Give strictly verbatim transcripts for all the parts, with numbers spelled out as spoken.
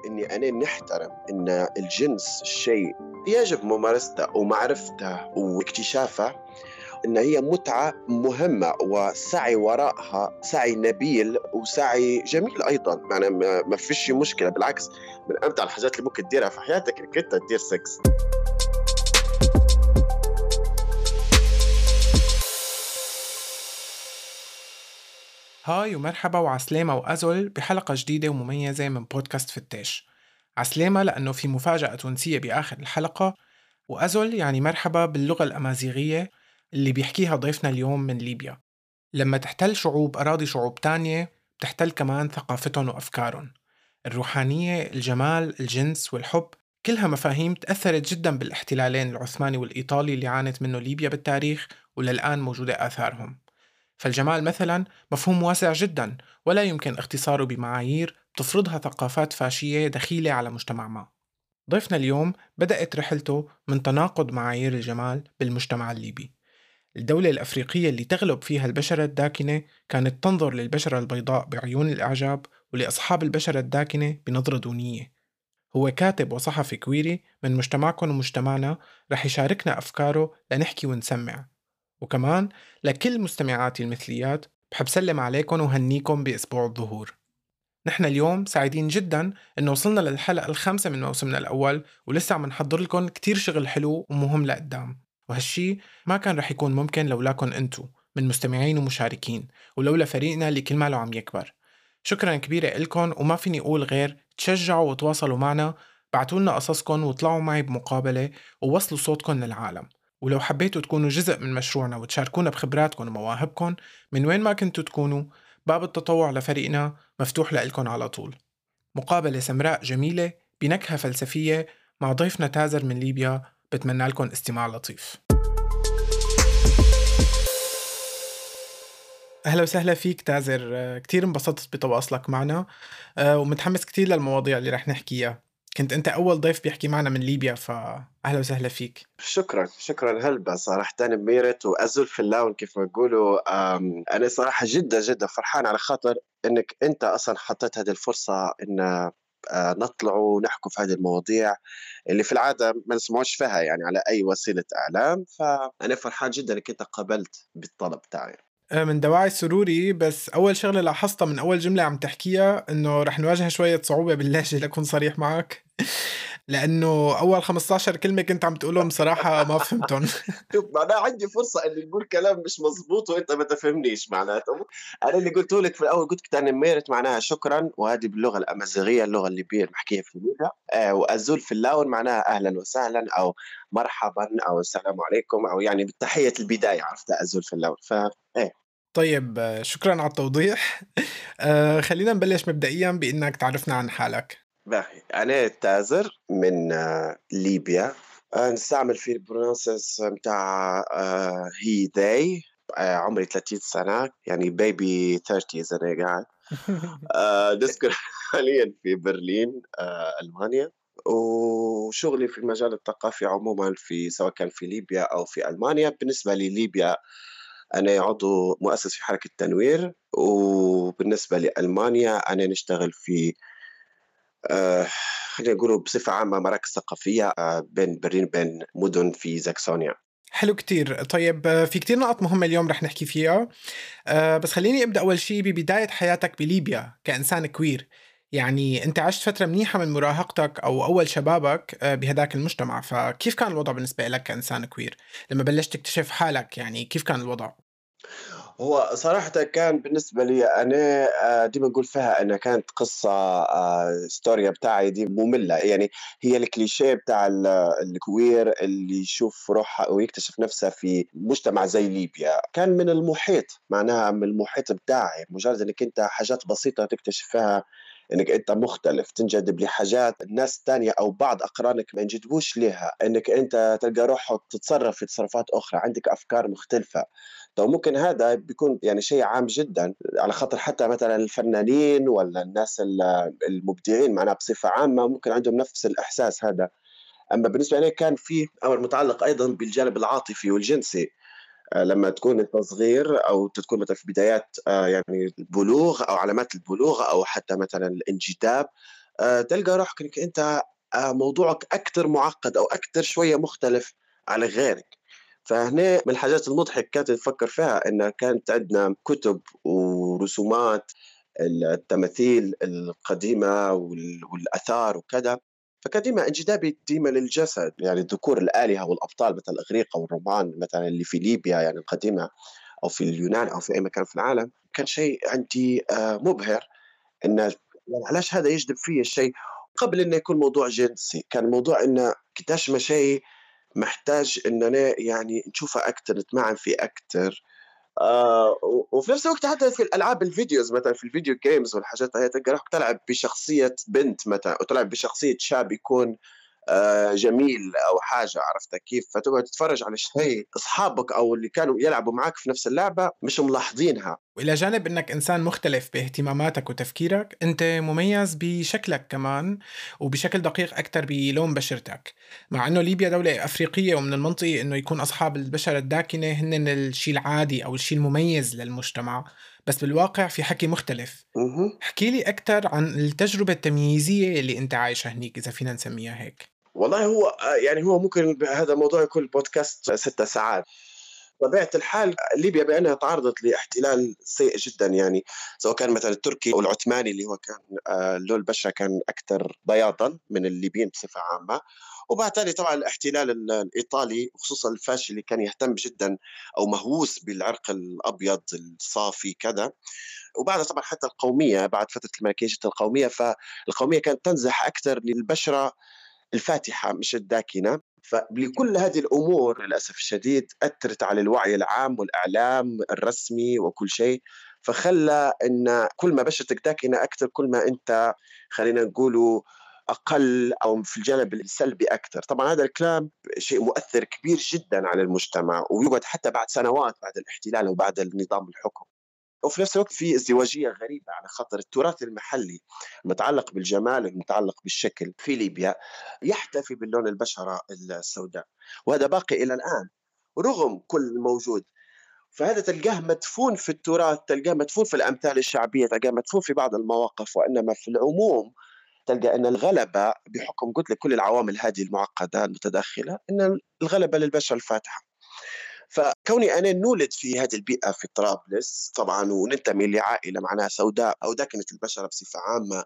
إني أنا نحترم إن الجنس شيء يجب ممارسته ومعرفته واكتشافه، إن هي متعة مهمة وسعي وراءها سعي نبيل وسعي جميل أيضا. يعني ما ما فيش مشكلة، بالعكس من أمتع الحاجات اللي ممكن تديرها في حياتك إنك أنت تدير سكس. هاي ومرحبا وعسلامة وأزل بحلقة جديدة ومميزة من بودكاست فتاش. عسلامة لأنه في مفاجأة تونسية بآخر الحلقة، وأزل يعني مرحبا باللغة الأمازيغية اللي بيحكيها ضيفنا اليوم من ليبيا. لما تحتل شعوب أراضي شعوب تانية بتحتل كمان ثقافتهم وأفكارهم، الروحانية، الجمال، الجنس والحب، كلها مفاهيم تأثرت جدا بالاحتلالين العثماني والإيطالي اللي عانت منه ليبيا بالتاريخ وللآن موجودة آثارهم. فالجمال مثلا مفهوم واسع جدا ولا يمكن اختصاره بمعايير تفرضها ثقافات فاشية دخيلة على مجتمع ما. ضيفنا اليوم بدأت رحلته من تناقض معايير الجمال بالمجتمع الليبي. الدولة الأفريقية اللي تغلب فيها البشرة الداكنة كانت تنظر للبشرة البيضاء بعيون الإعجاب ولأصحاب البشرة الداكنة بنظرة دونية. هو كاتب وصحفي كويري من مجتمعكم ومجتمعنا، رح يشاركنا أفكاره لنحكي ونسمع. وكمان لكل مستمعاتي المثليات بحب سلم عليكم وهنيكم بأسبوع الظهور. نحن اليوم سعيدين جدا إنه وصلنا للحلقة الخامسة من موسمنا الأول، ولسه عم نحضر لكم كتير شغل حلو ومهم لقدام، وهالشي ما كان رح يكون ممكن لولاكن أنتو من مستمعين ومشاركين، ولولا فريقنا اللي كل ماله عم يكبر. شكرا كبيرة إلكن، وما فيني أقول غير تشجعوا وتواصلوا معنا، بعتولنا قصصكن وطلعوا معي بمقابلة ووصلوا صوتكن للعالم. ولو حبيتوا تكونوا جزء من مشروعنا وتشاركونا بخبراتكم ومواهبكم من وين ما كنتوا تكونوا، باب التطوع لفريقنا مفتوح لإلكن على طول. مقابلة سمراء جميلة بنكهة فلسفية مع ضيفنا تازر من ليبيا، بتمنى لكم استماع لطيف. أهلا وسهلا فيك تازر، آه، كتير انبسطت بتواصلك معنا، آه، ومتحمس كتير للمواضيع اللي رح نحكيها. كنت أنت أول ضيف بيحكي معنا من ليبيا، فأهلا وسهلا فيك. شكرا شكرا هلبا، صراحة أنا ميرت وأزل في اللون كيف ما يقولوا. أم، أنا صراحة جدا جدا فرحان على خاطر إنك أنت أصلا حطيت هذه الفرصة إن آه، نطلع ونحكوا في هذه المواضيع اللي في العادة ما نسمعوش فيها يعني على أي وسيلة إعلام. فأنا فرحان جدا إنك أنت قبلت بالطلب تاعي. آه، من دواعي سروري، بس أول شغلة لاحظتها من أول جملة عم تحكيها إنه رح نواجه شوية صعوبة باللهجة لأكون صريح معك لأنه أول خمسة عشر كلمة كنت عم تقولهم صراحة ما فهمتهم. شوف، معناها عندي فرصة إني نقول كلام مش مزبوط وأنت ما تفهمنيش معناته. أنا اللي قلته لك في الأول قلت لك أنا ميرت معناها شكرا، وهذه باللغة الأمازيغية اللغة الليبية المحكية في ليبيا. آه وأزول في اللون معناها أهلا وسهلا أو مرحبا أو السلام عليكم، أو يعني بالتحية البداية، عرفت أزول في اللون فا إيه. طيب، آه، شكرا على التوضيح. آه، خلينا نبلش مبدئيا بإنك تعرفنا عن حالك. باهي، أنا تازر من آه ليبيا. آه نستعمل في البرونسس متاع آه هي they. آه عمري ثلاثين سنة، يعني بيبي ثلاثين أنا قاعد. آه نسكن حاليا في برلين، آه ألمانيا. وشغلي في المجال الثقافي عموما، في سواء كان في ليبيا أو في ألمانيا. بالنسبة لليبيا أنا عضو مؤسس في حركة تنوير، وبالنسبة لألمانيا أنا نشتغل في آه خلينا نقولوا بصفة عامة مراكز ثقافية آه بين برلين بين مدن في زاكسونيا. حلو كتير. طيب، آه، في كتير نقط مهمة اليوم رح نحكي فيها، أه بس خليني أبدأ أول شي ببداية حياتك بليبيا كإنسان كوير. يعني أنت عشت فترة منيحة من مراهقتك أو أول شبابك أه بهداك المجتمع، فكيف كان الوضع بالنسبة لك كإنسان كوير لما بلشت تكتشف حالك؟ يعني كيف كان الوضع؟ هو صراحةً كان بالنسبة لي أنا آآ ديما نقول فيها إنها كانت قصة آآ الstory بتاعي دي مملة. يعني هي الكليشيه بتاع ال الكوير اللي يشوف روحه أو يكتشف نفسه في مجتمع زي ليبيا. كان من المحيط، معناها من المحيط بتاعي، مجرد إنك أنت حاجات بسيطة تكتشف فيها إنك أنت مختلف، تنجذب لحاجات الناس التانية أو بعض أقرانك ما ينجذبوش ليها، إنك أنت تلقى روحك تتصرف في تصرفات أخرى، عندك أفكار مختلفة. طب ممكن هذا بيكون يعني شيء عام جدًا، على خاطر حتى مثلًا الفنانين والّا الناس ال المبدعين معناها بصفة عامة ممكن عندهم نفس الإحساس هذا. أمّا بالنسبة لي كان في أمر متعلق أيضًا بالجانب العاطفي والجنسي. آآ لمّا تكون أنت صغير أو أنت تكون مثلًا في بدايات آآ يعني البلوغ أو علامات البلوغ أو حتى مثلًا الانجذاب، آآ تلقى روحك إنك أنت آآ موضوعك أكتر معقّد أو أكتر شوية مختلف على غيرك. فهنا من الحاجات المضحك كانت نفكّر فيها إن كانت عندنا كُتب ورسومات ال التماثيل القديمة وال والآثار وكذا، فكان ديما انجذابي ديما للجسد، يعني الذكور الآلهة والأبطال مثل الإغريق أو الرومان مثلًا اللي في ليبيا يعني القديمة أو في اليونان أو في أي مكان في العالم، كان شيء عندي آآ مُبهر إن يعني علاش هذا يجذب فيّا الشيء قبل إنه يكون موضوع جنسي، كان موضوع إنه قديش ما شيء محتاج إننا يعني نشوفه أكتر، نتمعن فيه أكتر. آآ و وفي نفس الوقت حتى في الألعاب الفيديوز مثلًا في الvideo games والحاجات هاي تلقى روحك تلعب بشخصية بنت مثلًا أو تلعب بشخصية شاب يكون آآ جميل أو حاجة، عرفت كيف؟ فتقعد تتفرج على شيء أصحابك أو اللي كانوا يلعبوا معاك في نفس اللعبة مش ملاحظينها. وإلى جانب إنك إنسان مختلف باهتماماتك وتفكيرك، أنت مميز بشكلك كمان وبشكل دقيق أكتر بلون بشرتك. مع إنه ليبيا دولة أفريقية ومن المنطقي إنه يكون أصحاب البشرة الداكنة هن الشيء العادي أو الشيء المميز للمجتمع، بس بالواقع في حكي مختلف. اهم. احكي لي أكتر عن التجربة التمييزية اللي أنت عايشها هنيك إذا فينا نسميها هيك. والله هو آآ يعني هو ممكن ب هذا الموضوع يكون بودكاست ست ساعات. بطبيعة الحال ليبيا بأنها تعرضت لاحتلال سيء جدًا يعني، سواء كان مثلًا التركي أو العثماني اللي هو كان آآ لون البشرة كان أكثر بياضًا من الليبيين بصفة عامة، وبعد تالي طبعًا الاحتلال ال الإيطالي وخصوصًا الفاشي اللي كان يهتم جدًا أو مهووس بالعرق الأبيض الصافي كذا، وبعدها طبعًا حتى القومية بعد فترة الملكية جت القومية، فالقومية كانت تنزح أكثر للبشرة الفاتحة مش الداكنة. فلكل هذه الأمور للأسف الشديد أثرت على الوعي العام والإعلام الرسمي وكل شيء، فخلى إن كل ما بشرتك داكنة أكثر كل ما أنت خلينا نقولوا أقل أو في الجانب السلبي أكثر. طبعا هذا الكلام شيء مؤثر كبير جدا على المجتمع ويقعد حتى بعد سنوات بعد الاحتلال وبعد النظام الحكم. وفي نفس الوقت في ازدواجية غريبة على خاطر التراث المحلي المتعلق بالجمال المتعلق بالشكل في ليبيا يحتفي باللون البشرة السوداء، وهذا باقي إلى الآن رغم كل الموجود. فهذا تلقاه مدفون في التراث، تلقاه مدفون في الأمثال الشعبية، تلقاه مدفون في بعض المواقف، وإنما في العموم تلقى أن الغلبة بحكم قلت لك كل العوامل هذه المعقدة المتداخلة أن الغلبة للبشرة الفاتحة. فكوني أنا نولد في هذه البيئة في طرابلس طبعًا وننتمي لعائلة معناها سوداء أو داكنة البشرة بصفة عامة،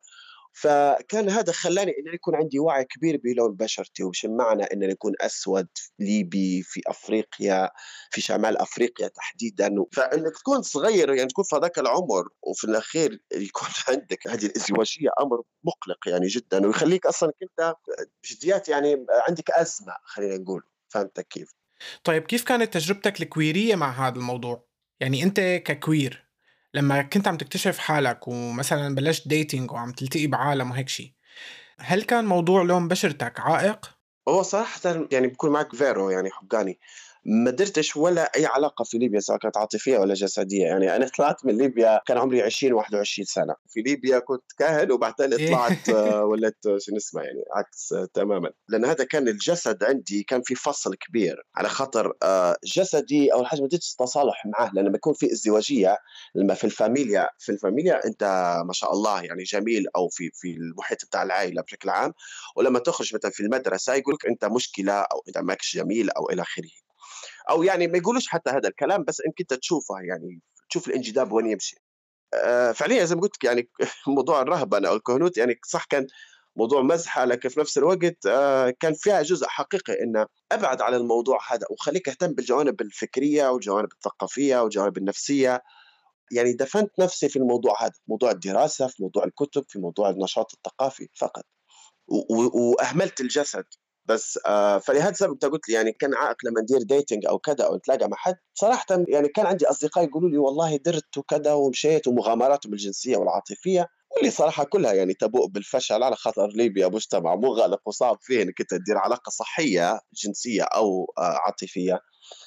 فكان هذا خلّاني إن يكون عندي وعي كبير بلون بشرتي، وش معنى إن أنا أكون أسود ليبي في أفريقيا، في شمال أفريقيا تحديدًا. فإنك تكون صغير يعني تكون في هذاك العمر وفي الأخير يكون عندك هذه الازدواجية أمر مقلق يعني جدًا، ويخلّيك أصلًا إنك أنت بجديات يعني عندك أزمة خلّينا نقول، فهمت كيف؟ طيب كيف كانت تجربتك الكويرية مع هذا الموضوع؟ يعني أنت ككوير لما كنت عم تكتشف حالك ومثلا بلشت ديتينج وعم تلتقي بعالم وهيك شي، هل كان موضوع لون بشرتك عائق؟ هو صراحةً يعني بيكون معاك فيرو يعني حُقّاني، ما درتش ولا أي علاقة في ليبيا سواء كانت عاطفية والّا جسدية، يعني أنا طلعت من ليبيا كان عمري عشرين، واحد وعشرين سنة، في ليبيا كنت كاهن وبعدين إيه. طلعت آه، وليت آه، شو اسمه يعني عكس آه، تمامًا، لأن هذا كان الجسد عندي كان في فصل كبير، على خاطر آآ جسدي أول حاجة ما درتش تصالح معاه، لأن لمّا يكون في ازدواجية لمّا في الفاميليا في الفاميليا أنت ما شاء الله يعني جميل أو في في المحيط بتاع العائلة بشكل عام، ولمّا تخرج مثلًا في المدرسة يقول لك أنت مشكلة أو أنت ماكش جميل أو إلى آخره، أو يعني ما يقولوش حتى هذا الكلام بس إنك أنت تشوفه يعني تشوف الانجذاب وين يمشي. آآ فعليًا زي ما قُلت لك يعني موضوع الرهبنة أو الكهنوت يعني صح كان موضوع مزحة، لكن في نفس الوقت آآ كان فيها جزء حقيقي إنه أبعد عن الموضوع هذا وخلّيك اهتم بالجوانب الفكرية والجوانب الثقافية والجوانب النفسية، يعني دفنت نفسي في الموضوع هذا، موضوع الدراسة، في موضوع الكتب، في موضوع النشاط الثقافي فقط. و و وأهملت الجسد، بس آآ فلهذا السبب أنت قُلت لي يعني كان عائق لمّا ندير dating أو كذا أو نتلاقى مع حد، صراحةً يعني كان عندي أصدقاء يقولوا لي والله درت وكذا ومشيت ومغامراتهم الجنسية والعاطفية، واللي صراحة كلها يعني تبوء بالفشل على خاطر ليبيا مجتمع مُغلق وصعب فيه إنك أنت تدير علاقة صحية جنسية أو آآ عاطفية،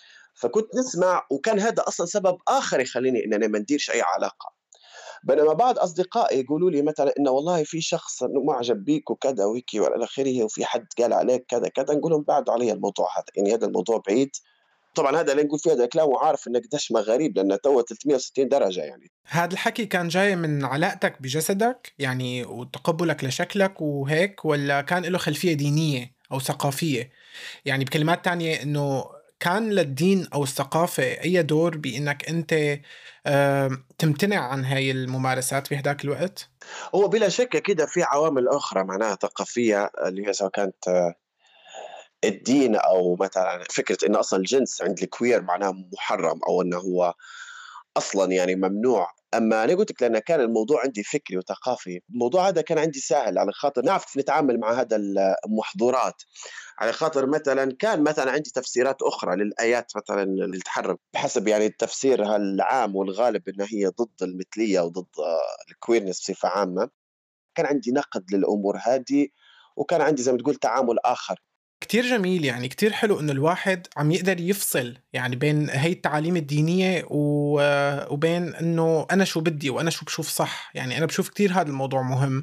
فكنت نسمع وكان هذا أصلًا سبب آخر يخلّيني إن أنا ما نديرش أي علاقة. بينما بعض أصدقائي يقولوا لي مثلًا إنه والله في شخص إنه معجب بيك وكذا وهيك وإلى آخره، وفي حد قال عليك كذا، كذا، نقول لهم بعدوا علي الموضوع هذا، يعني هذا الموضوع بعيد طبعًا هذا اللي نقول فيه هذا الكلام وعارف إنه قديش ما غريب لأنه توّه ثلاثمية وستين درجة يعني. هاد الحكي كان جاي من علاقتك بجسدك يعني وتقبلك لشكلك وهيك، ولا كان له خلفية دينية أو ثقافية؟ يعني بكلمات تانية إنه كان للدين أو الثقافة أي دور بإنك أنت آم، تمتنع عن هاي الممارسات بهداك الوقت؟ هو بلا شك كده في عوامل أخرى معناها ثقافية اللي هي سواء كانت الدين أو مثلًا فكرة إن أصلًا الجنس عند الqueer معناها محرم أو إنه هو أصلًا يعني ممنوع. أمّا أنا قُلت لك لأن كان الموضوع عندي فكري وثقافي، الموضوع هذا كان عندي سهل على خاطر نعرف نتعامل مع هذا ال المحظورات، على خاطر مثلًا كان مثلًا عندي تفسيرات أخرى للآيات مثلًا اللي تحرم، بحسب يعني التفسير العام والغالب إن هي ضد المثلية وضد الqueerness بصفة عامة. كان عندي نقد للأمور هذه، وكان عندي زي ما تقول تعامل آخر. كتير جميل، يعني كتير حلو إنه الواحد عم يقدر يفصل يعني بين هاي التعاليم الدينية و... وبين إنه أنا شو بدي وأنا شو بشوف صح. يعني أنا بشوف كتير هذا الموضوع مهم،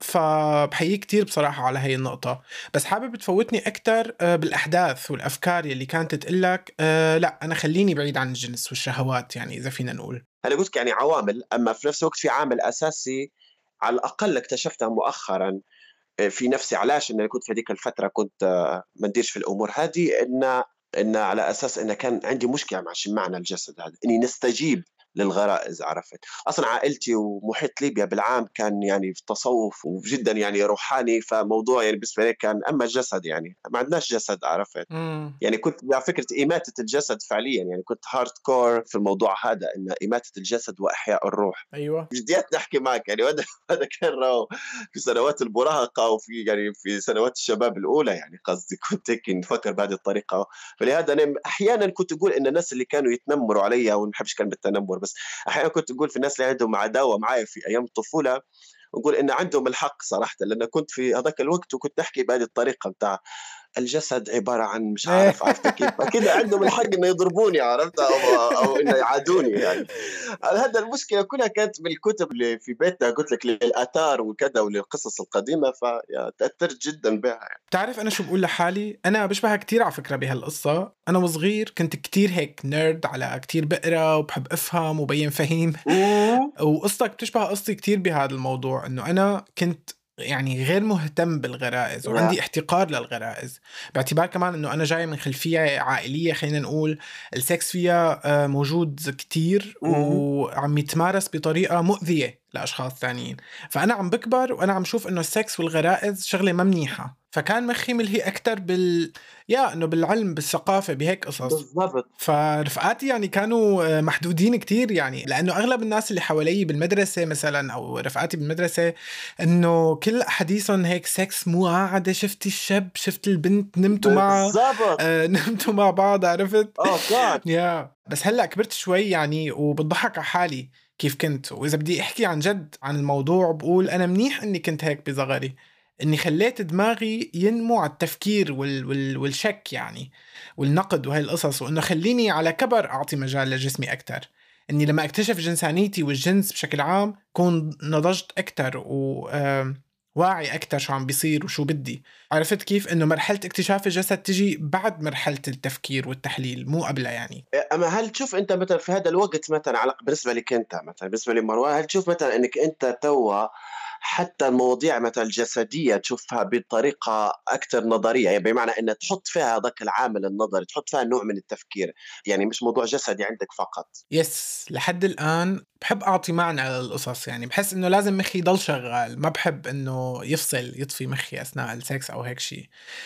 فبحييك كتير بصراحة على هاي النقطة. بس حابب تفوتني أكتر آه، بالأحداث والأفكار يلي كانت تقلك أه لا أنا خليني بعيد عن الجنس والشهوات، يعني إذا فينا نقول. أنا قُلت لك يعني عوامل، أمّا في نفس الوقت في عامل أساسي على الأقل اكتشفته مؤخرًا آآ في نفسي علاش إن أنا كنت في هذيك الفترة كنت آه، ما نديرش في الأمور هذه، إن إن على أساس إن كان عندي مشكلة مع ش معنى الجسد هذا، إني نستجيب للغرائز عرفت؟ أصلًا عائلتي ومحيط ليبيا بالعام كان يعني في التصوف وجدًا يعني روحاني، فموضوع يعني بالنسبة لي كان أمّا الجسد يعني ما عندناش جسد عرفت؟ امم يعني كنت مع فكرة إماتة الجسد فعليًا، يعني كنت hardcore في الموضوع هذا، إن إماتة الجسد وإحياء الروح. أيوة. بجديات نحكي معك يعني وهذا هذا كان راهو في سنوات المراهقة وفي يعني في سنوات الشباب الأولى يعني قصدي كنت هيك نفكر بهذه الطريقة. فلهذا أنا أحيانًا كنت أقول إن الناس اللي كانوا يتنمروا عليَّ وما نحبش كلمة تنمر، بس أحيانًا كنت أقول في الناس اللي عندهم عداوة معايا في أيام الطفولة، نقول إن عندهم الحق صراحةً، لأن كنت في هذاك الوقت وكنت نحكي بهذه الطريقة متاع الجسد عبارة عن مش عارف عرفت كيف، فكده عندهم الحق إنه يضربوني عرفت أو أو إنه يعادوني يعني. هذا المشكلة كلها كانت بالكتب اللي في بيتنا قلت لك للآثار وكذا وللقصص القديمة فتأثرت جدا بها يعني. بتعرف أنا شو بقول لحالي؟ أنا بشبهها كتير على فكرة بهالقصة. أنا وصغير كنت كتير هيك نيرد، على كتير بقرا وبحب أفهم وبين فهيم. مم. وقصتك بتشبه قصتي كتير بهذا الموضوع، إنه أنا كنت يعني غير مهتم بالغرائز وعندي يا احتقار للغرائز، باعتبار كمان إنه أنا جاي من خلفية عائلية خلينا نقول السكس فيها آه، موجود كتير مم. وعم يتمارس بطريقة مؤذية لأشخاص ثانيين. فأنا عم بكبر وأنا عم شوف إنه السكس والغرائز شغلة ما منيحة، فكان مخي ملهي أكتر بال يا إنه بالعلم بالثقافة بهيك قصص. بالضبط. فرفقاتي يعني كانوا آه، محدودين كتير، يعني لأنه أغلب الناس اللي حوالي بالمدرسة مثلا أو رفقاتي بالمدرسة إنه كل حديثهم هيك سكس، مو قاعدة شفتي الشاب شفت البنت نمتوا معها بالضبط. آه، نمتوا مع بعض، عرفت؟ اه جاد. يا بس هلأ كبرت شوي يعني وبضحك على حالي كيف كنت. وإذا بدي أحكي عن جد عن الموضوع بقول أنا منيح إني كنت هيك بصغري، إني خليت دماغي ينمو على التفكير وال وال والشك يعني والنقد وهي القصص، وإنه خليني على كبر أعطي مجال لجسمي أكتر. إني لما أكتشف جنسانيتي والجنس بشكل عام كون نضجت أكتر و آم، واعي أكتر شو عم بيصير وشو بدي. عرفت كيف إنه مرحلة اكتشاف الجسد تجي بعد مرحلة التفكير والتحليل مو قبلها يعني. أما هل تشوف أنت مثلا في هذا الوقت مثلا على بالنسبة لك أنت مثلا بالنسبة لمروان هل تشوف مثلا أنك أنت توا حتى المواضيع مثلا الجسدية تشوفها بطريقة أكثر نظرية يعني بمعنى أن تحط فيها هذاك العامل النظري تحط فيها نوع من التفكير يعني مش موضوع جسدي عندك فقط. يس، لحد الآن بحب أعطي معنى للقصص، يعني بحس إنه لازم مخي يضل شغال، ما بحب إنه يفصل يطفي مخي أثناء السكس أو هيك شي.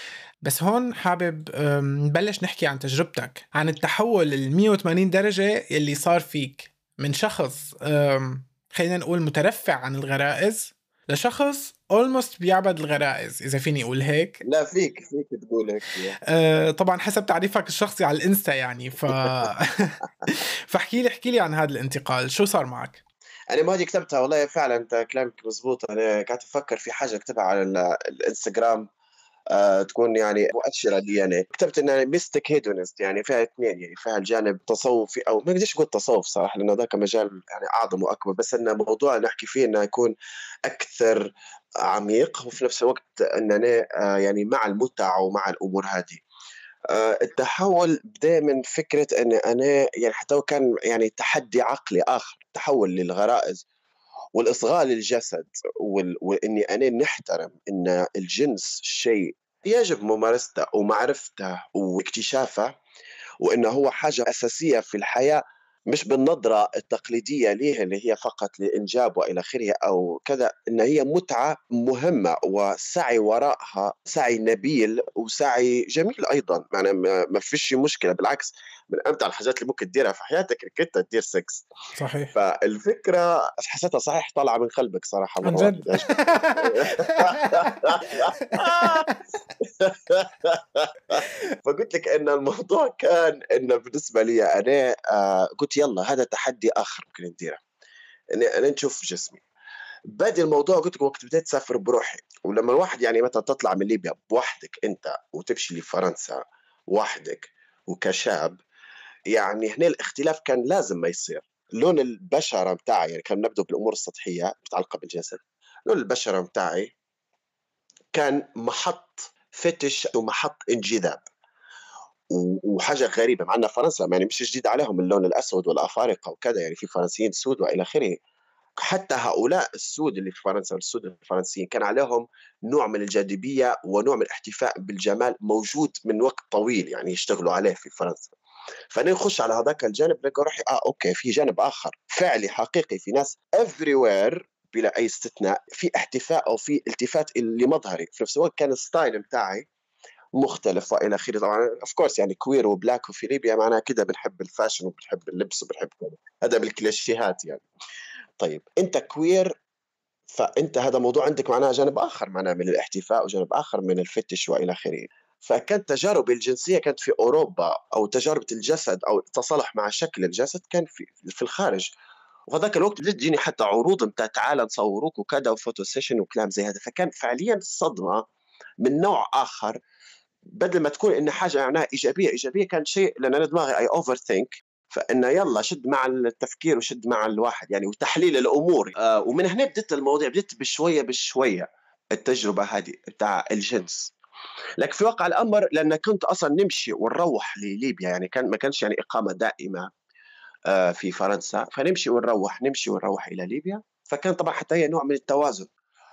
بس هون حابب أم، نبلش نحكي عن تجربتك، عن التحول ال مية وثمانين درجة اللي صار فيك من شخص أم، خلينا نقول مترفع عن الغرائز لشخص almost بيعبد الغرائز، إذا فيني أقول هيك. لا فيك فيك تقول هيك يا. أه طبعا حسب تعريفك الشخصي على الانستا يعني ف فاحكي لي احكي لي عن هذا الانتقال، شو صار معك؟ أنا ما دي كتبتها والله فعلا أنت كلامك مزبوط أنا قاعد أفكر في حاجة أكتبها على ال- الإنستغرام آآ تكون يعني مؤشرة لي أنا، كتبت إنها mystic hedonist يعني فيها اثنين يعني فيها الجانب التصوفي أو ما أقدرش أقول تصوف صراحة لأن هذاك مجال يعني أعظم وأكبر، بس إنه موضوع نحكي فيه إنه يكون أكثر عميق، وفي نفس الوقت إننا آآ يعني مع المتعة ومع الأمور هذه. آآ التحوّل بدا من فكرة إني أنا يعني حتى هو كان يعني تحدّي عقلي آخر، تحوّل للغرائز والإصغاء للجسد وال وإني أنا نحترم إن الجنس شيء يجب ممارسته ومعرفته واكتشافه، وإنه هو حاجة أساسية في الحياة، مش بالنظرة التقليدية ليه اللي هي فقط للإنجاب وإلى آخره أو كذا، إن هي متعة مهمة والسعي وراءها سعي نبيل وسعي جميل أيضًا، يعني ما ما فيش مشكلة، بالعكس من أمتع الحاجات اللي ممكن تديرها في حياتك إنك أنت تدير sex. صحيح. فالفكرة حسيتها صحيح طالعة من قلبك صراحة عن مرة جد. واحدة عجبتني. فقُلت لك إن الموضوع كان إنه بالنسبة لي أنا آآ قُلت يالّا هذا تحدي آخر ممكن نديره، إني أنا نشوف جسمي. بادئ الموضوع قُلت لك وقت بديت أسافر بروحي، ولمّا الواحد يعني مثلًا تطلع من ليبيا بوحدك أنت وتمشي لفرنسا وحدك وكشاب، يعني هنا الاختلاف كان لازم ما يصير. لون البشرة متاعي يعني كان نبدأ بالأمور السطحية متعلقة بالجسد، لون البشرة متاعي كان محط فتش ومحط انجذاب. و وحاجة غريبة مع إن فرنسا يعني مش جديد عليهم اللون الأسود والأفارقة وكذا، يعني في فرنسيين سود وإلى آخره. حتى هؤلاء السود اللي في فرنسا والسود الفرنسيين كان عليهم نوع من الجاذبية ونوع من الاحتفاء بالجمال موجود من وقت طويل يعني يشتغلوا عليه في فرنسا. فأنا نخش على هذاك الجانب نلقى روحي آه أوكي في جانب آخر فعلي حقيقي في ناس everywhere بلا أي استثناء في احتفاء أو في التفات لمظهري. في نفس الوقت كان الستايل متاعي مختلف وإلى آخره. طبعًا of course يعني queer وblack وفي ليبيا معناها كده بنحب الfashion وبنحب اللبس وبنحب كذا، هذا بالكليشيهات يعني. طيب أنت queer فأنت هذا موضوع عندك معناها جانب آخر معناها من الاحتفاء وجانب آخر من الfetish وإلى آخره. فكانت تجاربي الجنسية كانت في أوروبا أو تجارب الجسد أو التصالح مع شكل الجسد كان في في الخارج. وهذاك الوقت بدأت تجيني حتى عروض متاع تعالَ نصوّروك وكذا وphoto session وكلام زي هذا، فكان فعليًا صدمة من نوع آخر. بدل ما تكون إن حاجة معناها إيجابية، إيجابية كان شيء لأن أنا دماغي I overthink فإنه يالّا شِد مع التفكير وشِد مع الواحد يعني وتحليل الأمور. آآ ومن هنا بديت المواضيع، بديت بشوية، بشوية التجربة هذه بتاع الجنس. لكن في واقع الأمر لأن كنت أصلًا نمشي ونروّح لليبيا يعني كان ما كانش يعني إقامة دائمة آآ في فرنسا، فنمشي ونروّح، نمشي ونروّح إلى ليبيا، فكان طبعًا حتى هي نوع من التوازن.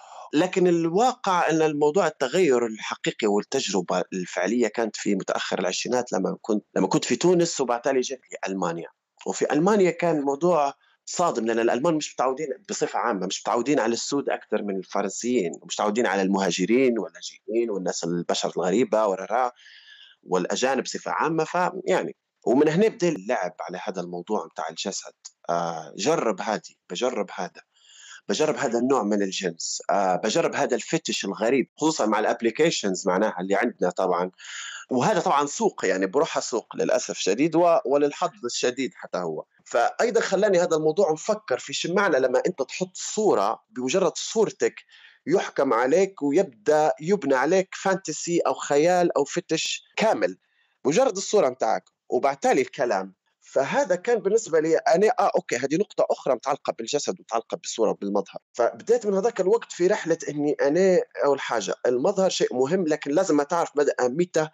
لكن الواقع أن الموضوع التغيُّر الحقيقي والتجربة الفعلية كانت في متأخر العشرينات لمّا كنت لمّا كنت في تونس وبعد تالي جيت لألمانيا. وفي ألمانيا كان الموضوع صادم لأن الألمان مش متعودين بصفة عامة مش متعودين على السود أكتر من الفرنسيين، ومش متعودين على المهاجرين واللاجئين والناس البشر الغريبة وررا والأجانب بصفة عامة. فيعني ومن هنا بدأ اللعب على هذا الموضوع متاع الجسد. آآ جرّب هادي، باجرّب هذا. باجرّب هذا النوع من الجنس، آآ باجرّب هذا الfetish الغريب، خصوصًا مع الapplications معناها اللي عندنا طبعًا. وهذا طبعًا سوق يعني بروحه سوق للأسف الشديد و وللحظ الشديد حتى هو. فأيضًا خلّاني هذا الموضوع نفكّر في ش معنى لمّا أنت تحُط صورة بمجرّد صورتك يُحكم عليك ويبدأ يُبنى عليك fantasy أو خيال أو fetish كامل، مجرّد الصورة متاعك وبعد تالي الكلام. فهذا كان بالنسبة لي أنا آه أوكي هذه نقطة أخرى متعلقة بالجسد ومتعلقة بالصورة وبالمظهر. فبديت من هذاك الوقت في رحلة إني أنا أول حاجة المظهر شيء مهم لكن لازم ما تعرف مدى أهميته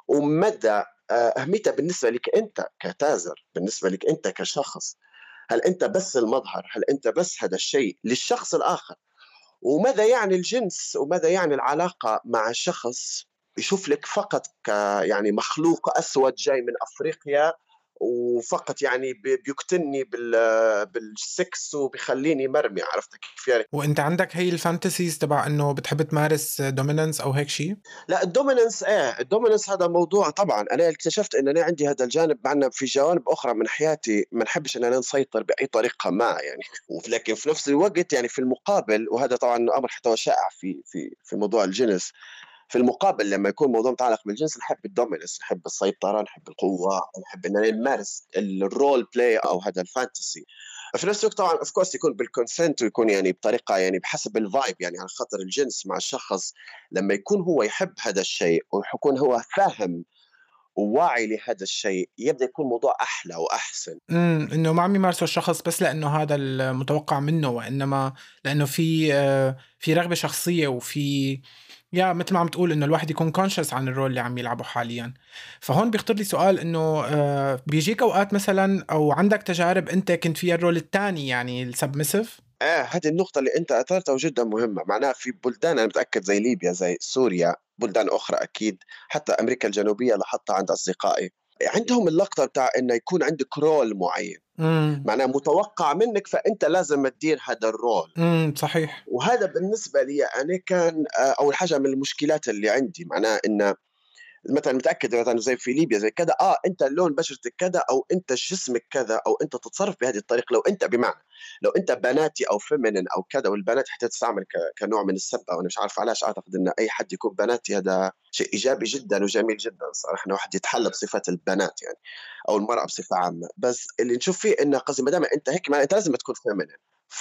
ومدى آآ أهميته بالنسبة ليك أنت كتاجر، بالنسبة ليك أنت كشخص. هل أنت بس المظهر، هل أنت بس هذا الشيء للشخص الآخر، وماذا يعني الجنس وماذا يعني العلاقة مع شخص يشوف لك فقط ك يعني مخلوق أسود جاي من أفريقيا وفقط يعني ب بيقتلني بال بالsex وبيخلّيني مرمي، عرفت كيف يعني؟ وأنت عندك هي الfantasies تبع إنه بتحب تمارس dominance أو هيك شي؟ لأ الdominance إيه، الdominance هذا موضوع طبعًا أنا اكتشفت إن أنا عندي هذا الجانب مع إنه في جوانب أخرى من حياتي ما نحبش إن أنا نسيطر بأي طريقة ما يعني. وف لكن في نفس الوقت يعني في المقابل وهذا طبعًا أمر حتى هو شائع في في في موضوع الجنس. في المقابل لمّا يكون الموضوع متعلق بالجنس نحب الdominance نحب السيطرة، نحب القوة، نحب إننا نمارس الrole play أو هذا الfantasy. في نفس الوقت طبعًا of course يكون بالconsent ويكون يعني بطريقة يعني بحسب الvibe يعني على خاطر الجنس مع الشخص لمّا يكون هو يحب هذا الشيء ويكون هو فاهم وواعي لهذا الشيء، يبدأ يكون الموضوع أحلى وأحسن. إمم، إنه ما عم يمارسه الشخص بس لإنه هذا المتوقع منه، وإنما لإنه في آآ، في رغبة شخصية وفي يا مثل ما عم تقول إنه الواحد يكون conscious عن الرول اللي عم يلعبه حاليًا. فهون بيخطر لي سؤال إنه آآ بيجيك أوقات مثلًا أو عندك تجارب أنت كنت فيها الرول التاني يعني الsubmissive؟ آه، هذه النقطة اللي أنت أثرتها جدًا مهمة، معناها في بلدان أنا متأكد زي ليبيا، زي سوريا، بلدان أخرى أكيد، حتى أمريكا الجنوبية لاحظتها عند أصدقائي، عندهم اللقطة بتاع إنه يكون عندك role معين، إمم، معناها متوقّع منك فأنت لازم تدير هذا الrole. إمم، صحيح. وهذا بالنسبة لي أنا كان آآ أول حاجة من المشكلات اللي عندي، معناها إن مثلًا متأكد مثلًا زي في ليبيا زي كذا، آه أنت لون بشرتك كذا أو أنت جسمك كذا أو أنت تتصرف بهذه الطريقة، لو أنت بمعنى لو أنت بناتي أو feminine أو كذا، والبنات حتى تستعمل ك كنوع من السب، أو أنا مش عارف علاش أعتقد إن أي حد يكون بناتي هذا شيء إيجابي جدًا وجميل جدًا صراحة، إن الواحد يتحلى بصفات البنات يعني أو المرأة بصفة عامة، بس اللي نشوف فيه إنه قصدي ما دام أنت هيك ما أنت لازم تكون feminine.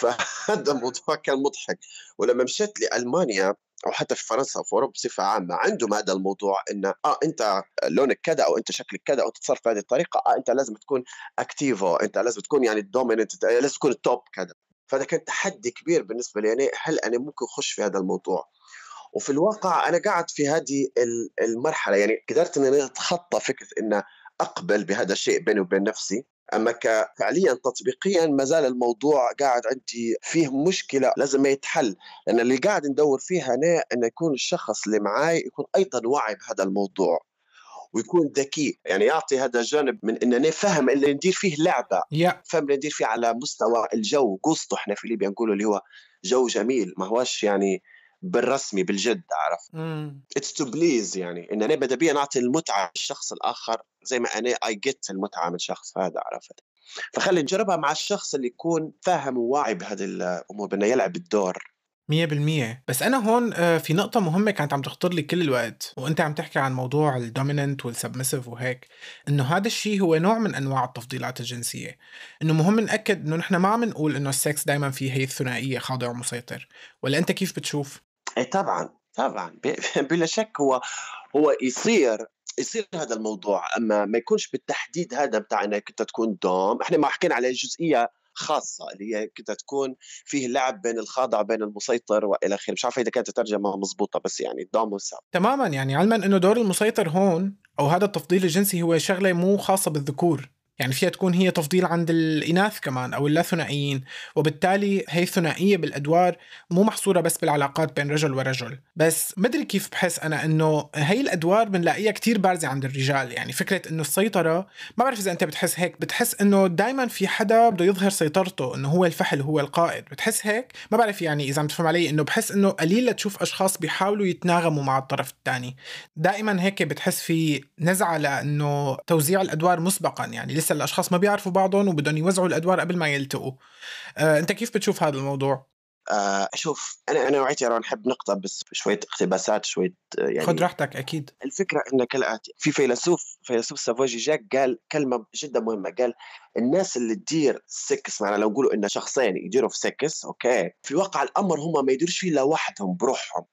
فهذا الموضوع كان مضحك. ولمّا مشيت لألمانيا أو حتى في فرنسا وفي أوروبا بصفة عامة، عندهم هذا الموضوع إنه آه أنت لونك كذا أو أنت شكلك كذا أو تتصرف بهذه الطريقة، آه أنت لازم تكون activo، أنت لازم تكون يعني الdominant، لازم تكون الtop كذا. فهذا كان تحدي كبير بالنسبة لي أنا، هل أنا ممكن أخش في هذا الموضوع؟ وفي الواقع أنا قاعد في هذه ال المرحلة، يعني قدرت إن أنا أتخطى فكرة إن أقبل بهذا الشيء بيني وبين نفسي، أما ك فعليًا تطبيقيًا ما زال الموضوع قاعد عندي فيه مشكلة لازم يتحل، لأن اللي قاعد ندوّر فيه أنا إنه يكون الشخص اللي معاي يكون أيضًا واعي بهذا الموضوع، ويكون ذكي، يعني يعطي هذا جانب من إن أنا فاهم اللي ندير فيه لعبة، يا فاهم اللي ندير فيه على مستوى الجو، قسطو إحنا في ليبيا نقولوا اللي هو جو جميل، ما هواش يعني بالرسمي بالجد، عرفت؟ إمم. it's to please، يعني إن أنا ماذا بيا نعطي المتعة للشخص الآخر زي ما أنا I get المتعة من الشخص هذا، عرفت؟ فخلّي نجربها مع الشخص اللي يكون فاهم وواعي بهذه الأمور بأنه يلعب الدور. مية بالمية. بس أنا هون آه، في نقطة مهمة كانت عم تخطر لي كل الوقت وأنت عم تحكي عن موضوع الدوميننت والسبمسيف وهيك، إنه هذا الشيء هو نوع من أنواع التفضيلات الجنسية. إنه مهم نأكد إنه نحن ما عم نقول إنه السكس دايما فيه هي الثنائية خاضع ومسيطر، ولا أنت كيف بتشوف؟ إيه طبعًا، طبعًا ب بلا شك هو هو يصير يصير هذا الموضوع، أمّا ما يكونش بالتحديد هذا بتاع إنك أنت تكون دوم، إحنا ما حكينا على جزئية خاصة اللي هي كنت تكون فيه لعب بين الخاضع وبين المسيطر وإلى آخره، مش عارف إذا كانت الترجمة مضبوطة بس يعني الدوم والسب. تماما، يعني علما إنه دور المسيطر هون أو هذا التفضيل الجنسي هو شغلة مو خاصة بالذكور، يعني فيها تكون هي تفضيل عند الإناث كمان أو اللاثنائيين، وبالتالي هي الثنائية بالأدوار مو محصورة بس بالعلاقات بين رجل ورجل. بس مدري كيف بحس أنا إنه هي الأدوار بنلاقيها كتير بارزة عند الرجال، يعني فكرة إنه السيطرة، ما بعرف إذا أنت بتحس هيك، بتحس إنه دايما في حدا بده يظهر سيطرته، إنه هو الفحل هو القائد، بتحس هيك؟ ما بعرف يعني إذا عم تفهم علي، إنه بحس إنه قليل لتشوف أشخاص بيحاولوا يتناغموا مع الطرف الثاني. دائما هيك بتحس في نزعة لأنه توزيع الأدوار مسبقا، يعني لسه الأشخاص ما بيعرفوا بعضهم وبدهم يوزعوا الأدوار قبل ما يلتقوا. أه، أنت كيف بتشوف هذا الموضوع؟ آآ شوف، أنا أنا نوعيتي أنا نحب نقطة بس شوية اقتباسات شوية آه، خد يعني راحتك أكيد. الفكرة إن كالآتي، في فيلسوف فيلسوف سافويجي جاك قال كلمة جدًا مهمة، قال: "الناس اللي تدير سِكس"، معناها لو نقولوا إن شخصين يديروا في سِكس أوكي، في واقع الأمر هم ما يديروش فيه لوحدهم بروحهم،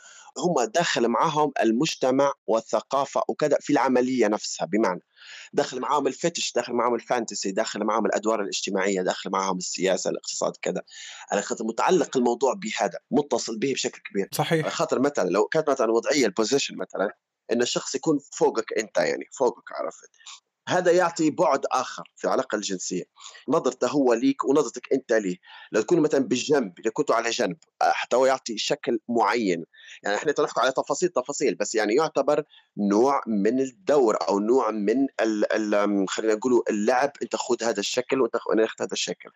هم داخل معاهم المجتمع والثقافة وكذا في العملية نفسها، بمعنى داخل معاهم الfetish، داخل معاهم الفانتسي، داخل معاهم الأدوار الاجتماعية، داخل معاهم السياسة، الاقتصاد، كذا، على خاطر متعلق الموضوع بهذا، متصل به بشكل كبير، على صحيح. خاطر مثلًا لو كانت مثلًا وضعية الposition مثلًا، إن الشخص يكون فوقك أنت يعني فوقك، عرفت؟ هذا يعطي بُعد آخر في العلاقة الجنسية، نظرته هو ليك ونظرتك أنت ليه، لو تكونوا مثلًا بالجنب، إذا كنتوا على جنب، آآ حتى هو يعطي شكل معيّن، يعني إحنا نتوقف على تفاصيل، تفاصيل، بس يعني يُعتبر نوع من الدور أو نوع من ال ال آمم خلّينا نقولوا اللعب، أنت خُذ هذا الشكل وأنت خ وأنا آخذ هذا الشكل.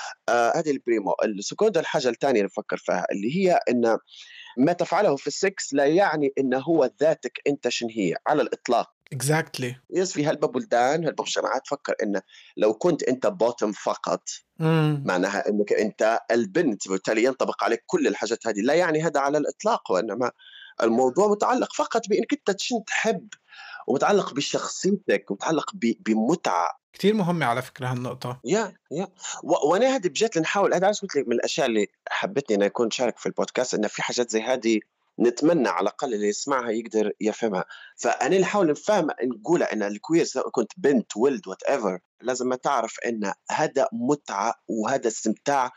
آآ هذه الprimo، الseconda الحاجة التانية اللي بافكّر فيها، اللي هي إن ما تفعله في الsex لا يعني إن هو ذاتك أنت شن هي، على الإطلاق. exactly. يس في هالبلدان هالمجتمعات تفكر إن لو كنت أنت bottom فقط، امم. معناها إنك أنت البنت وبالتالي ينطبق عليك كل الحاجات هذه، لا يعني هذا على الإطلاق، وإنما الموضوع متعلق فقط بإنك أنت تشن تحب، ومتعلق بشخصيتك، ومتعلق ب بمتعة. كتير مهمة على فكرة هالنقطة. يا يا و وأنا هذه بجد نحاول، أنا عايز قُلت لك من الأشياء اللي حبّتني إني أكون شارك في البودكاست، إن في حاجات زي هذه نتمنى على الأقل اللي يسمعها يقدر يفهمها، فأنا نحاول نفهم نقولها إن الqueer سواء كنت بنت، ولد whatever، لازم تعرف إن هذا متعة وهذا استمتاع،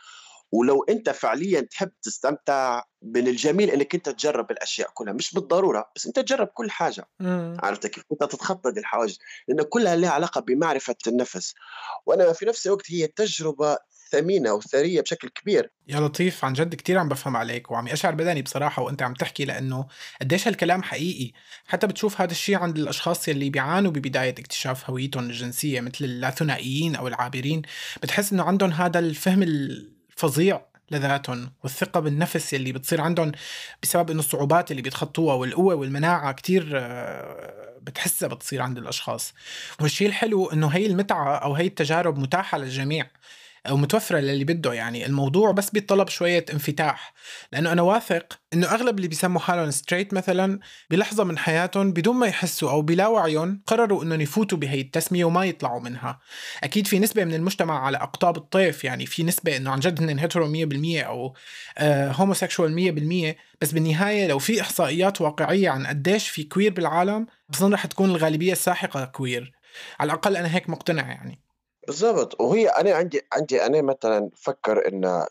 ولو أنت فعليًا تحب تستمتع، من الجميل إنك أنت تجرّب الأشياء كلها، مش بالضرورة، بس أنت تجرّب كل حاجة. إمم. عرفت كيف؟ أنت تتخطى دي الحواجز، لأن كلها لها علاقة بمعرفة النفس، وأنا في نفس الوقت هي تجربة ثمينة وثرية بشكل كبير. يا لطيف، عن جد كتير عم بفهم عليك وعم يقشعر بدني بصراحة وانت عم تحكي، لأنه قديش هالكلام حقيقي. حتى بتشوف هذا الشيء عند الأشخاص يلي بيعانوا ببداية اكتشاف هويتهم الجنسية مثل اللاثنائيين أو العابرين. بتحس إنه عندهم هذا الفهم الفظيع لذاتهم والثقة بالنفس يلي بتصير عندهم بسبب إنه الصعوبات اللي بيتخطوها والقوة والمناعة كتير آه، بتحسها بتصير عند الأشخاص. والشيء الحلو إنه هي المتعة أو هي التجارب متاحة للجميع أو متوفرة للي بده. يعني الموضوع بس بيتطلب شوية انفتاح، لأنه أنا واثق إنه أغلب اللي بيسموا حالهم ستريت مثلا بلحظة من حياتهم بدون ما يحسوا أو بلا وعيهم قرروا إنهم يفوتوا بهي التسمية وما يطلعوا منها. أكيد في نسبة من المجتمع على أقطاب الطيف، يعني في نسبة إنه عن جد هن هيترو مية بالمية أو هوموسيكشوال مية بالمية، بس بالنهاية لو في إحصائيات واقعية عن قديش في كوير بالعالم بظن رح تكون الغالبية الساحقة كوير. على الأقل أنا هيك مقتنع يعني. بالضبط، وهي أنا عندي عندي أنا مثلًا بافكّر إن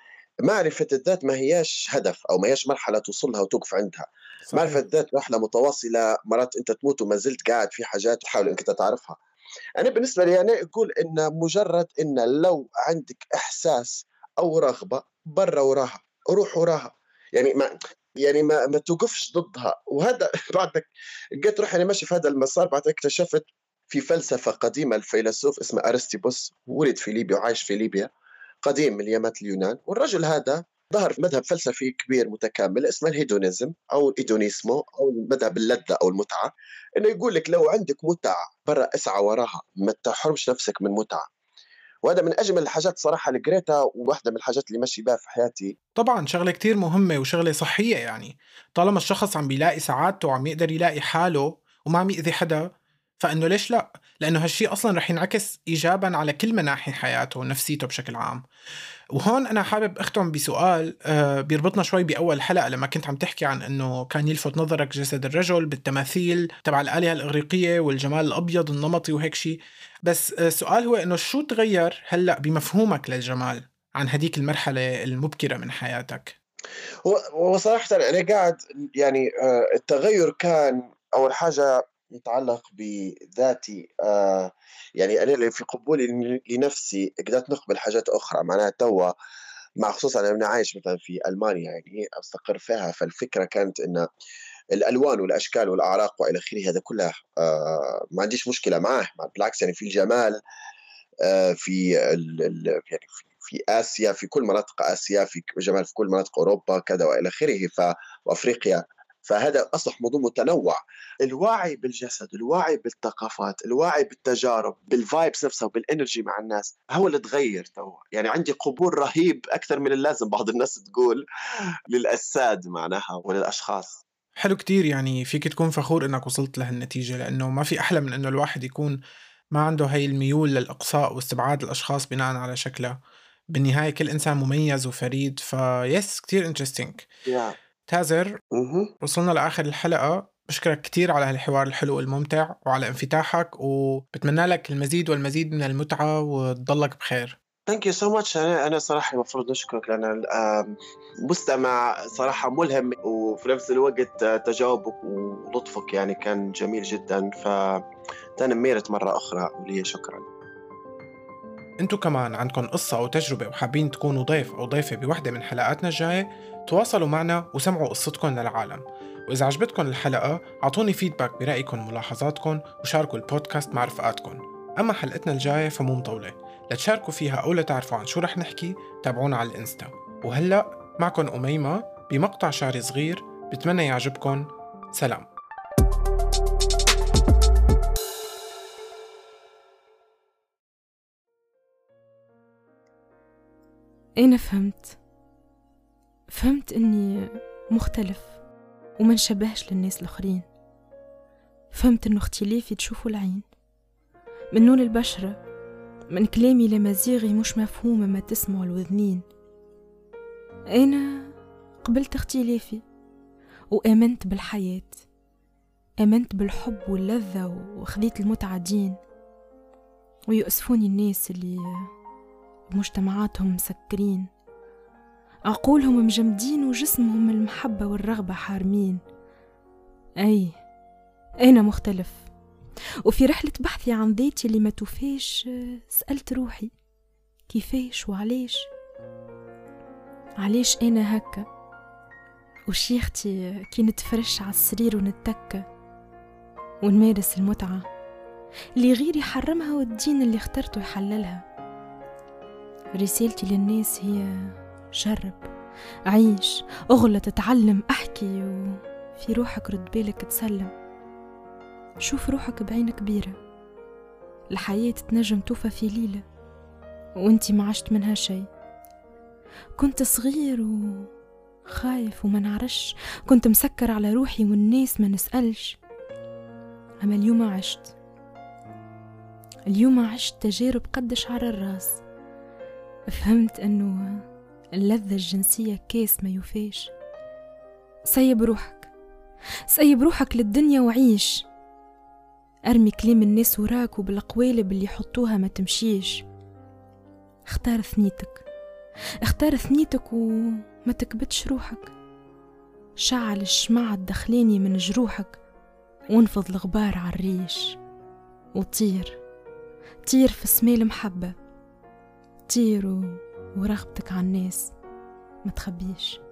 معرفة الذات ما هياش هدف أو ما هياش مرحلة توصل لها وتوقف عندها. معرفة صحيح. الذات رحلة متواصلة، مرات أنت تموت وما زلت قاعد في حاجات تحاول إنك أنت تعرفها. أنا بالنسبة لي أنا أقول إن مجرد إن لو عندك إحساس أو رغبة برّا وراها، روح وراها، يعني ما يعني ما ما توقفش ضدها. وهذا بعدك لقيت روحي أنا ماشي في هذا المسار، بعد اكتشفت في فلسفة قديمة لفيلسوف اسمه أرسطيبوس، ولد في ليبيا وعايش في ليبيا، قديم من أيامات اليونان. والرجل هذا ظهر في مذهب فلسفي كبير متكامل اسمه الهيدونيزم أو الإيدونيسمو أو مذهب اللذة أو المتعة. إنه يقول لك لو عندك متعة برا اسعى وراها، ما تحرمش نفسك من متعة. وهذا من أجمل الحاجات صراحة اللي قريتها، وواحدة من الحاجات اللي ماشي بها في حياتي. طبعا شغلة كتير مهمة وشغلة صحية، يعني طالما الشخص عم بيلاقي سعادته وعم يقدر يلاقي حاله وما عم يأذي حدا، فإنه ليش لا؟ لأنه هالشي أصلا رح ينعكس إيجابا على كل مناحي حياته ونفسيته بشكل عام. وهون أنا حابب أختم بسؤال آه، بيربطنا شوي بأول حلقة لما كنت عم تحكي عن أنه كان يلفت نظرك جسد الرجل بالتماثيل تبع الآلهة الإغريقية والجمال الأبيض النمطي وهيك شي. بس آه، السؤال هو أنه شو تغير هلأ بمفهومك للجمال عن هديك المرحلة المبكرة من حياتك؟ هو هو صراحةً أنا قاعد يعني آآ التغيُّر كان أول حاجة يتعلّق بذاتي. آآ يعني أنا ل في قبولي ل لنفسي قدرت نقبل حاجات أخرى، معناها توا مع خصوصًا أنا عايش مثلًا في ألمانيا يعني أستقر فيها. فالفكرة كانت إن الألوان والأشكال والأعراق وإلى آخره هذا كله آآ ما عنديش مشكلة معاه، بالعكس يعني في الجمال آآ في ال ال يعني في في آسيا، في كل مناطق آسيا، في ك جمال في كل مناطق أوروبا كذا وإلى آخره. ف وأفريقيا. فهذا أصبح موضوع متنوع. الوعي بالجسد، الوعي بالثقافات، الوعي بالتجارب، بالvibes نفسها وبالenergy مع الناس، هو اللي اتغيّر توا. يعني عندي قبول رهيب أكثر من اللازم بعض الناس تقول للأجساد معناها وللأشخاص. حلو كتير، يعني فيك تكون فخور إنك وصلت لهالنتيجة، لأنه ما في أحلى من إنه الواحد يكون ما عنده هاي الميول للإقصاء واستبعاد الأشخاص بناءً على شكله. بالنهاية كل إنسان مميز وفريد. فيس كتير interesting. ياه! تازر، اهم. وصلنا لآخر الحلقة. بشكرك كتير على هالحوار الحلو والممتع وعلى انفتاحك، وبتمنى لك المزيد والمزيد من المتعة وتضلك بخير. Thank you so much. أنا أنا صراحة المفروض نشكرك لأن ال آمم، مستمع صراحة ملهم، وفي نفس الوقت آه، تجاوبك ولطفك يعني كان جميل جدًا. فتنميرت مرة أخرى ولي شكرًا. انتو كمان عندكن قصة أو تجربة وحابين تكونوا ضيف أو ضيفة بوحدة من حلقاتنا الجاية، تواصلوا معنا وسمعوا قصتكن للعالم. وإذا عجبتكن الحلقة أعطوني فيدباك برأيكن وملاحظاتكن وشاركوا البودكاست مع رفقاتكن. أما حلقتنا الجاية فمو مطولة، لتشاركوا فيها أو لتعرفوا عن شو رح نحكي تابعونا على الإنستا. وهلأ معكن أميمة بمقطع شعري صغير بتمنى يعجبكن. سلام. أنا فهمت فهمت إني مختلف وما نشبهش للناس الآخرين. فهمت إنه اختلافي تشوفوا العين، من لون البشرة، من كلامي لمزيغي مش مفهومة ما تسمعوا الوذنين. أنا قبلت اختلافي وآمنت بالحياة، آمنت بالحب واللذة وخذيت المتعة دين. ويؤسفوني الناس اللي بمجتمعاتهم مسكرين عقولهم مجمدين وجسمهم المحبة والرغبة حارمين. أي أنا مختلف، وفي رحلة بحثي عن ذاتي اللي ما توفيش سألت روحي كيفاش وعليش. علاش أنا هكا وشيختي كي نتفرش على السرير ونتكى ونمارس المتعة اللي غيري حرمها والدين اللي اخترته يحللها. رسالتي للناس هي جرب، عيش، اغلط، اتعلم، احكي، وفي روحك رد بالك تسلم. شوف روحك بعين كبيرة، الحياة تنجم توفى في ليلة وانتي ما عشت منها شي. كنت صغير وخايف وما نعرش، كنت مسكر على روحي والناس ما نسألش. أما اليوم عشت، اليوم عشت تجارب قدش على الراس. فهمت أنه اللذة الجنسية كاس ما يوفيش. سيب روحك، سيب روحك للدنيا وعيش. أرمي كلام الناس وراك وبالقوالب اللي يحطوها ما تمشيش. اختار ثنيتك، اختار ثنيتك وما تكبتش روحك. شعل الشمعة الدخلاني من جروحك وانفض الغبار على الريش. وطير، طير في سماء المحبة، طير ورغبتك على الناس ما تخبيش.